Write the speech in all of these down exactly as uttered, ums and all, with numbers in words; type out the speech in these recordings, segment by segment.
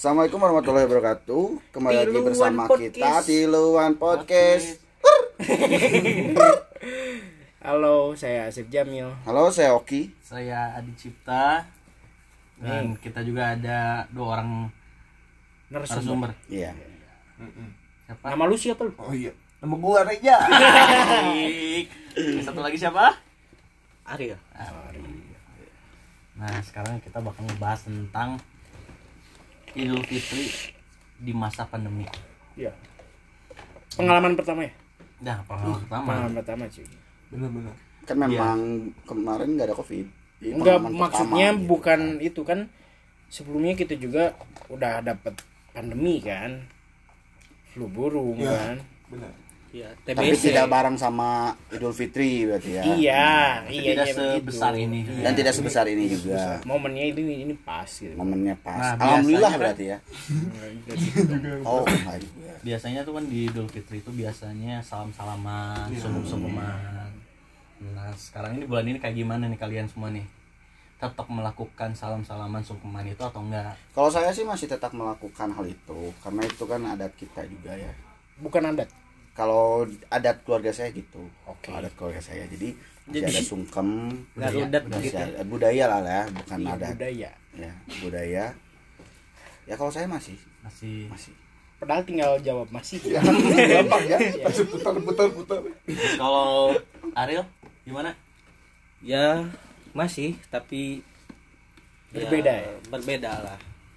Assalamualaikum warahmatullahi wabarakatuh. Kembali lagi Tiluan bersama Podcast. kita Tiluan Podcast. Halo, saya Asif Jamil. Halo, saya Oki. Saya Adi Cipta. Dan kita juga ada dua orang Narasumber. narasumber. Iya. Siapa? Nama lu siapa lu? Oh iya, nama gua Reja. Baik. Yang satu lagi siapa? Ariel. Nah, sekarang kita bakal ngebahas tentang Idul Fitri di masa pandemi. Iya. Pengalaman pertama ya? Nah, pengalaman pertama. Pengalaman pertama cuy. Bener-bener. Kan memang kemarin nggak ada Covid. Jadi Enggak, pengalaman maksudnya pertama, gitu bukan kan. itu kan. Sebelumnya kita juga udah dapat pandemi kan. Flu burung Iya. kan. Bener. Iya, Tapi tidak bareng sama Idul Fitri berarti ya. Iya, Tapi iya tidak iya sebesar begitu. ini. Iya. Dan tidak sebesar ini juga. Momennya itu ini pas gitu. Momennya pas. Nah, Alhamdulillah biasanya kan- berarti ya. Oh, my God. Biasanya tuh kan di Idul Fitri itu biasanya salam-salaman, sungkem-sungkeman. Nah, sekarang ini bulan ini kayak gimana nih kalian semua nih? Tetap melakukan salam-salaman sungkeman itu atau enggak? Kalau saya sih masih tetap melakukan hal itu karena itu kan adat kita juga ya. Bukan adat. Kalau adat keluarga saya gitu. Oke. Adat keluarga saya. Jadi masih Jadi- ada sungkem, Garudat masih gitu. ada budaya lah ya, bukan Iya, adat. budaya. Ya, budaya. Ya kalau saya masih Masih masih. Padahal tinggal jawab masih. Ya, gampang ya. Masih putar-putar-putar. Kalau Ariel gimana? Ya masih, tapi Berbeda ya? Berbeda lah.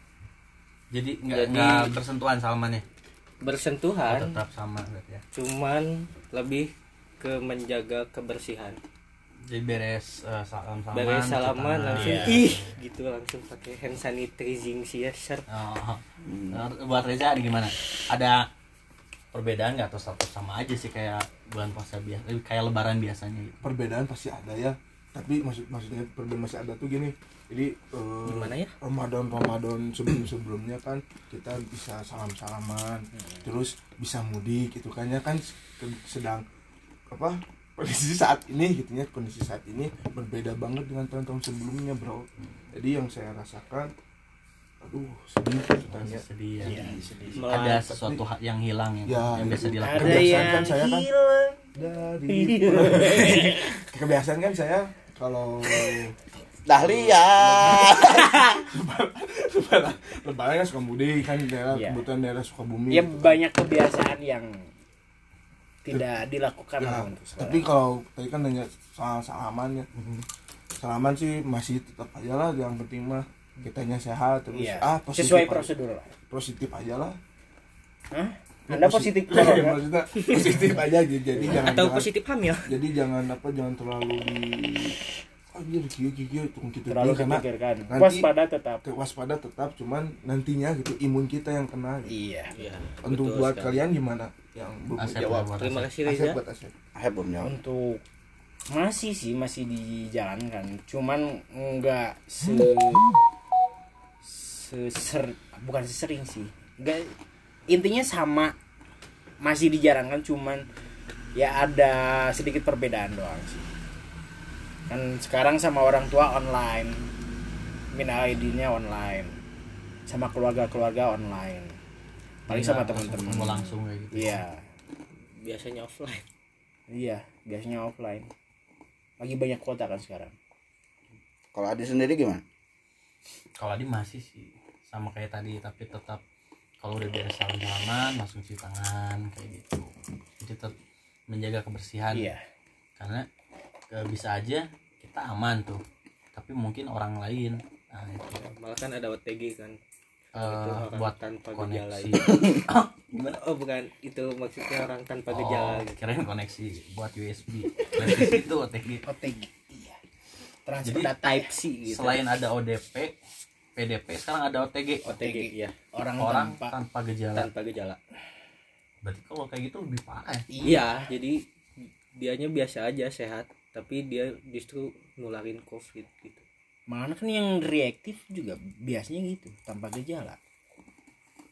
Jadi enggak Jadi- enggak bersentuhan salamannya. Bersentuhan, Tetap sama berarti ya. cuman lebih ke menjaga kebersihan. Jadi beres uh, salam-salaman. Beres cuci salaman tangan. langsung Iya. ih gitu langsung pakai hand sanitizing sih ya, ser. Oh, nah, buat Reza ada gimana? Ada perbedaan nggak atau satu sama aja sih kayak bulan puasa biasa, eh, kayak lebaran biasanya gitu? Perbedaan pasti ada ya. Tapi maksud maksudnya perbedaan masih ada tuh gini. Jadi eh, Gimana ya? Ramadan Ramadan sebelum sebelumnya kan kita bisa salam salaman, terus bisa mudik gitu kan ya kan ke- sedang apa kondisi saat ini gitu ya kondisi saat ini berbeda banget dengan tahun-tahun sebelumnya bro. Jadi yang saya rasakan, aduh sedih gitu kan ya. Sedih ya. Iya, sedih. Ada sesuatu ha- yang hilang yang, Ya, yang biasa itu. dilakukan. Ada Kebiasaan yang kan saya kan hilang. dari kebiasaan kan saya kalau Dahlia. lebaran kan suka mudik kan daerah Iya. kebetulan daerah Sukabumi Ya gitu kan. banyak kebiasaan yang tidak dilakukan Ya, lah untuk sekarang. tapi kalau tadi kan nanya soal salaman ya salaman sih masih tetap aja lah yang penting mah kitanya sehat terus Iya. ah positif Sesuai aja. prosedur lah. positif aja lah. Hah? Anda positif Ya, corona? maksudnya positif aja jadi jadi jangan Atau jangan, positif hamil. jadi jangan apa jangan terlalu di anjir kieu kieu kieu tunggu gitu Terlalu karena dipikirkan. nanti- Waspada tetap. waspada tetap cuman nantinya gitu imun kita yang kena gitu. Iya. Iya. Untuk betul buat sekali. kalian gimana yang belum Asep, jawab buat Terima Asep. kasih Asep Reza. buat Asep. Saya belum jawab. Untuk masih sih masih dijalankan. Cuman enggak se seser bukan sesering sih. Enggak, intinya sama, masih dijalankan, cuman ya ada sedikit perbedaan doang sih. Kan sekarang sama orang tua online, min I D-nya online, sama keluarga-keluarga online, paling sama Nggak langsung teman-teman. ketemu langsung kayak gitu. Iya, Biasanya offline. iya, biasanya offline. Lagi banyak kota kan sekarang. Kalau Adi sendiri gimana? Kalau Adi masih sih sama kayak tadi, tapi tetap kalau udah beres salam-salaman langsung cuci tangan kayak gitu. Jadi tetap menjaga kebersihan. Iya. Karena e, bisa aja kita aman tuh, tapi mungkin orang lain, nah itu Malah kan ada O T G kan. e, Itu orang buat tanpa gejala koneksi. itu. Gimana? Oh bukan, itu maksudnya orang tanpa Oh, gejala gitu. kirain koneksi buat U S B. Koneksi itu O T G. O T G. Iya. Transfer Jadi, data Type C gitu. Selain ada O D P, P D P, sekarang ada O T G. O T G ya, orang, Orang tanpa. tanpa gejala. tanpa gejala. Berarti kalau kayak gitu lebih parah ya. Iya, jadi dianya biasa aja sehat, tapi dia justru nularin COVID gitu. Mana kan yang reaktif juga biasanya gitu, tanpa gejala.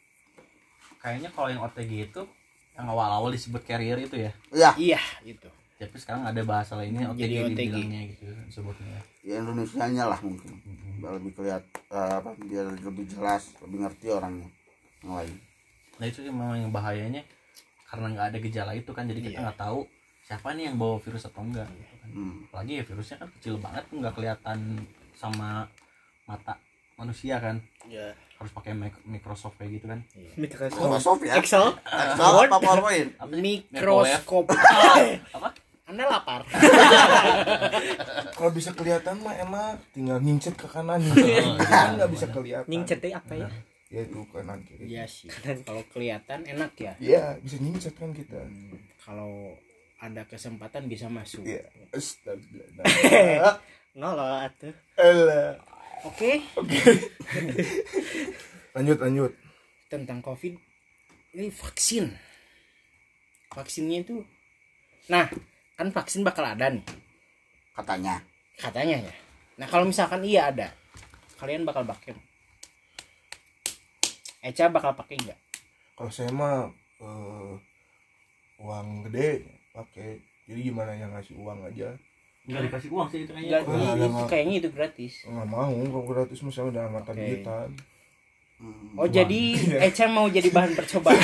Kayaknya kalau yang O T G itu yang awal-awal disebut carrier itu ya. Ya, Iya, itu. Tapi sekarang ada bahasa lainnya O T G Jadi O T G. dibilangnya gitu sebutnya. Ya Indonesianya lah mungkin biar lebih kelihat eh, apa biar lebih jelas, lebih ngerti orangnya yang lain. Nah itu sih memang yang bahayanya karena nggak ada gejala itu kan, jadi kita Iya. nggak tahu siapa nih yang bawa virus atau enggak gitu kan. Hmm. Apalagi ya virusnya kan kecil banget, nggak kelihatan sama mata manusia kan, Ya. harus pakai mic- Microsoft kayak gitu kan. Microsoft, Microsoft ya. Excel, Excel apa PowerPoint? Apa sih? Mikroskop. Apa? Anda lapar. Kalau bisa kelihatan mah enak, tinggal nyincet ke kanan nyincet. Kan nggak bisa kelihatan. nyingcet teh apa ya? Ya itu kanan kiri. Iya sih. Kalau kelihatan enak ya. Iya, bisa nyincet kan kita. Kalau ada kesempatan bisa masuk. Iya. Astagfirullah. Nolol atuh. Elah. Oke, Oke. Lanjut lanjut. tentang COVID ini vaksin. Vaksinnya itu, nah kan vaksin bakal ada nih Katanya. katanya ya. Nah kalau misalkan iya ada, kalian bakal pakai? Eca bakal pakai nggak? Kalau saya mah eh, uang gede pakai. Jadi gimana yang ngasih uang aja. Nggak dikasih uang sih itu Nggak, kayaknya. Wah, i- ada itu nggak? kayaknya itu gratis. Nggak mau, kalau gratis mah saya udah mata Oke. duitan. Hmm. Oh jadi Eca mau jadi bahan percobaan?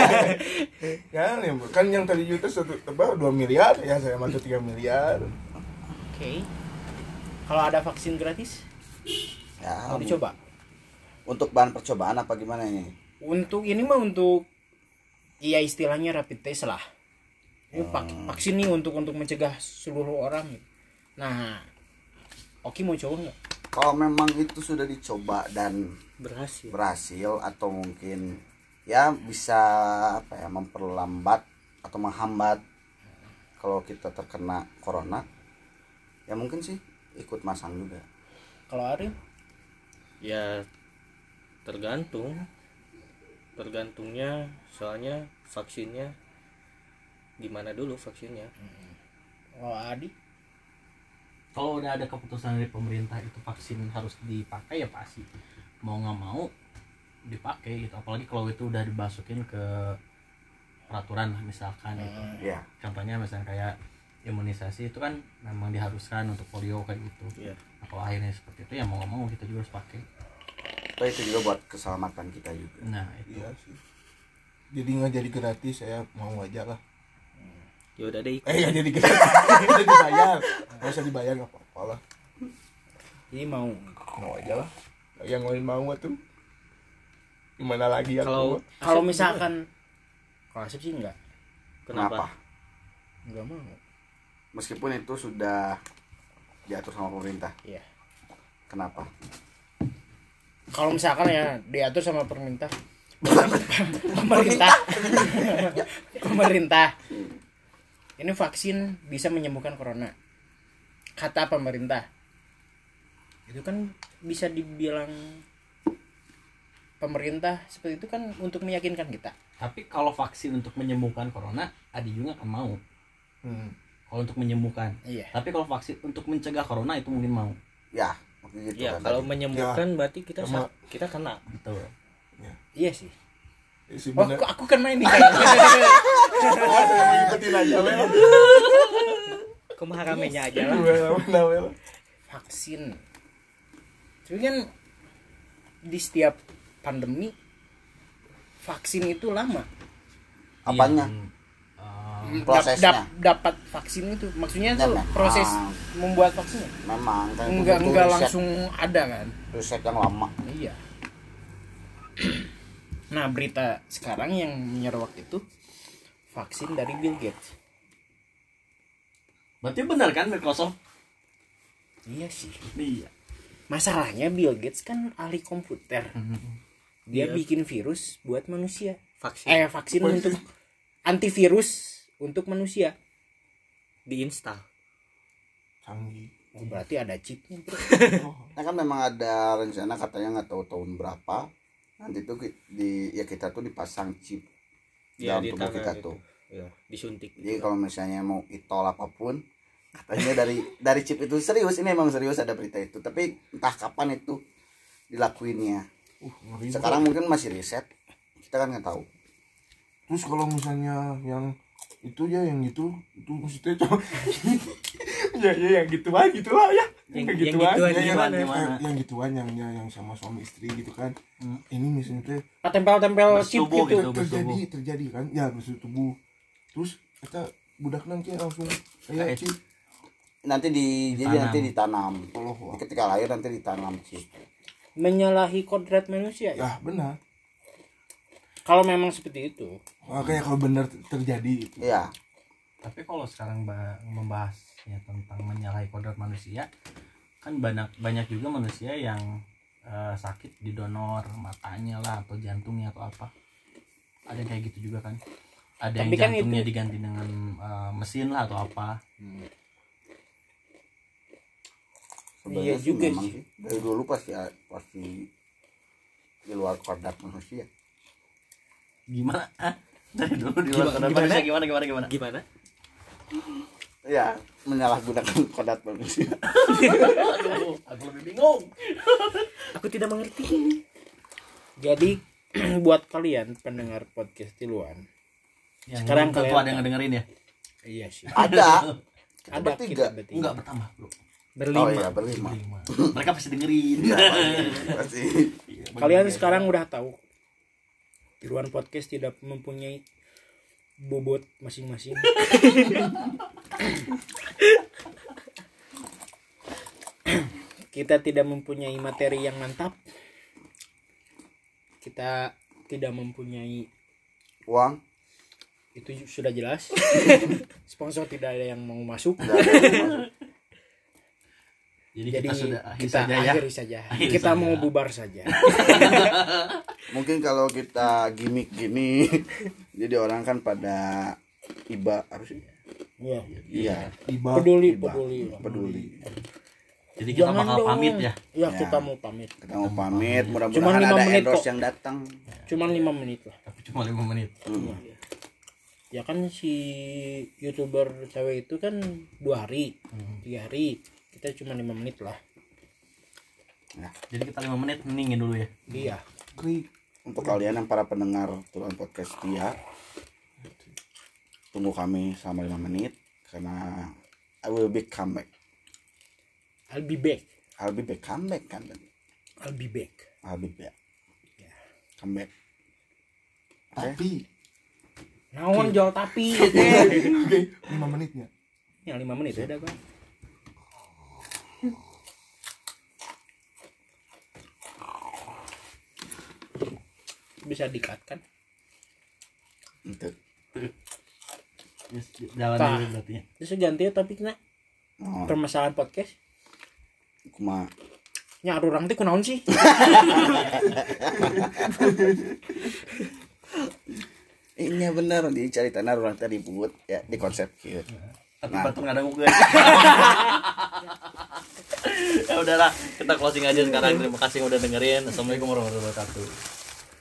Ya, nih, kan yang tadi juta satu tebal dua miliar, ya saya mata tiga miliar. Oke. Kalau ada vaksin gratis, Ya, mau dicoba? untuk bahan percobaan apa gimana ini? Untuk ini mah untuk, iya istilahnya rapid test lah. Ini vak- vaksin nih untuk untuk mencegah seluruh orang. Nah, Oki mau coba nggak? Kalau memang itu sudah dicoba dan Berhasil. berhasil atau mungkin ya bisa apa ya memperlambat atau menghambat kalau kita terkena corona, ya mungkin sih ikut masang juga. Kalau Arif? Ya tergantung. Tergantungnya soalnya vaksinnya gimana dulu vaksinnya. Kalau Adi? Kalau udah ada keputusan dari pemerintah itu vaksin harus dipakai ya pasti mau nggak mau dipakai gitu, apalagi kalau itu udah dimasukin ke peraturan lah misalkan gitu. Ya, Contohnya misalnya kayak imunisasi itu kan memang diharuskan untuk polio kayak gitu. Iya. Nah, kalau akhirnya seperti itu ya mau nggak mau kita juga harus pakai. tapi itu juga buat keselamatan kita juga. Nah itu Iya sih. Jadi nggak jadi gratis, saya mau aja lah. Ya udah deh. Eh nggak jadi gratis, jadi dibayar. Nggak usah dibayar nggak apa-apa lah. Ini mau. Mau aja lah. Yang lain mau tuh. Gimana lagi ya? Kalau Kalau Asep misalkan, kalau Asep sih enggak. Kenapa? Kenapa? Enggak mau. Meskipun itu sudah diatur sama pemerintah. Iya. Kenapa? Kalau misalkan ya diatur sama pemerintah. pemerintah. pemerintah. Ini vaksin bisa menyembuhkan corona. Kata pemerintah. Itu kan bisa dibilang pemerintah seperti itu kan untuk meyakinkan kita. tapi kalau vaksin untuk menyembuhkan corona Adi juga akan mau Hmm. kalau untuk menyembuhkan. Iya. Tapi kalau vaksin untuk mencegah corona itu mungkin mau. Ya, mungkin gitu Ya kan kalau tadi. menyembuhkan berarti kita Sama- sa- kita kena. Betul. Iya sih. Ya, sih Oh, bener. aku, aku kan main nih kayaknya. Ikutin aja lah. Kumaha ramenya aja lah. Gimana well. Vaksin. Tapi kan di setiap pandemi vaksin itu lama. Apanya? Iya, eh, Prosesnya. Dap- dapat vaksin itu maksudnya tuh Memang. proses membuat vaksinnya Memang kan itu enggak butuh enggak riset- langsung ada kan. riset yang lama. Iya. Nah, berita sekarang yang menyeruak itu vaksin dari Bill Gates. berarti benar kan Microsoft? Iya sih. Iya. Masalahnya Bill Gates kan ahli komputer. Dia Iya. bikin virus buat manusia. Vaksin Eh, vaksin untuk antivirus untuk manusia. diinstal. Canggih. Oh, berarti ada chipnya, bro. Nah kan memang ada rencana katanya nggak tahu tahun berapa nanti tuh ki- di ya kita tuh dipasang chip Ya, dalam di tubuh tangan kita gitu. tuh. Ya, disuntik. Jadi kalau misalnya mau itol apapun katanya dari dari chip itu serius, ini emang serius ada berita itu. Tapi entah kapan itu dilakuinnya. Uh, ngeri Sekarang mungkin masih riset. Kita kan nggak tahu. Terus kalau misalnya yang itu ya yang gitu itu maksudnya cuma ya ya yang gituan gitulah ya Yang- yang yang gituan gituan ya, yang, gimana? yang, yang gituan yang yang, yang sama suami istri gitu kan Hmm. ini misalnya teh tempel-tempel chip Bertubuh gitu. gitu. terjadi bertubuh. terjadi kan ya bersuhu tubuh terus kita budak nanti langsung kayak Kayak cip Nanti di jadi Ditanam. nanti ditanam. Allah Ketika lahir nanti ditanam sih. Menyalahi kodrat manusia ya. ya benar Kalau memang seperti itu. makanya kalau benar terjadi itu Iya. Tapi kalau sekarang ba- membahasnya tentang menyalahi kodrat manusia, kan banyak banyak juga manusia yang eh, sakit di donor matanya lah atau jantungnya atau apa. Ada yang kayak gitu juga kan. Ada Tapi yang kan jantungnya itu- diganti dengan eh, mesin lah atau apa. Sebenarnya Iya sih juga memang sih. sih. Dari dulu pasti pasti di luar kodrat manusia. Gimana? Ah, dari dulu di luar Gimana- kodrat gimana? manusia gimana gimana gimana? Gimana? Ya, menyalahgunakan kodrat manusia. Aduh, aku lebih bingung. Aku tidak mengerti. Jadi buat kalian pendengar podcast Tiluan. Yang Sekarang tentu kalian- ada yang ngedengerin ya? Iya sih. Ada. Kita Ada bertiga. kita bertiga. Enggak bertambah, Bro. Berlima. Oh iya, berlima. Berlima. Mereka pasti dengerin. Iya, pasti. Kalian sekarang udah tahu Tiluan podcast tidak mempunyai bobot masing-masing. Kita tidak mempunyai materi yang mantap. Kita tidak mempunyai, Uang. itu sudah jelas. Sponsor tidak ada yang mau masuk. Nggak ada yang masuk. Jadi, Jadi kita sudah akhir kita saja ya. akhiri saja. Akhiri Kita saja. mau bubar saja. Mungkin kalau kita gimmick gini jadi orang kan pada iba apa sih? Iya. Iya, iba Peduli, iba. peduli. peduli. Jadi kita Jangan bakal dong. pamit ya. Iya, Ya. kita mau pamit. Kita mau pamit, Cuman mudah-mudahan lima ada menit endorse kok. yang datang. Cuman lima menit lah. Tapi cuma lima menit. Hmm. Ya kan si YouTuber cewek itu kan dua hari, tiga hari. Kita cuma lima menit lah. Jadi kita lima menit meningin dulu ya. Iya. klik Untuk kalian yang para pendengar Tulan Podcast setia, tunggu kami selama lima menit karena I will be come back. I'll be back. I'll be back, come back kan? I'll be back. I'll be back. Come back. tapi Naon jual tapi oke teh. lima menitnya Yang lima menit udah kan. Bisa di-cut kan? Itu. Yes, jalan Tah. dulu berarti ya. Terus ganti ya tapi kena Oh, permasalahan podcast. kuma Nya ada orang teh kunaon sih? ini bener dicari tanah orang tadi buat ya di konsep gitu. Tapi Nah. batur nggak ada gue. Ya udahlah, kita closing aja sekarang. Terima kasih udah dengerin. Assalamualaikum warahmatullahi wabarakatuh.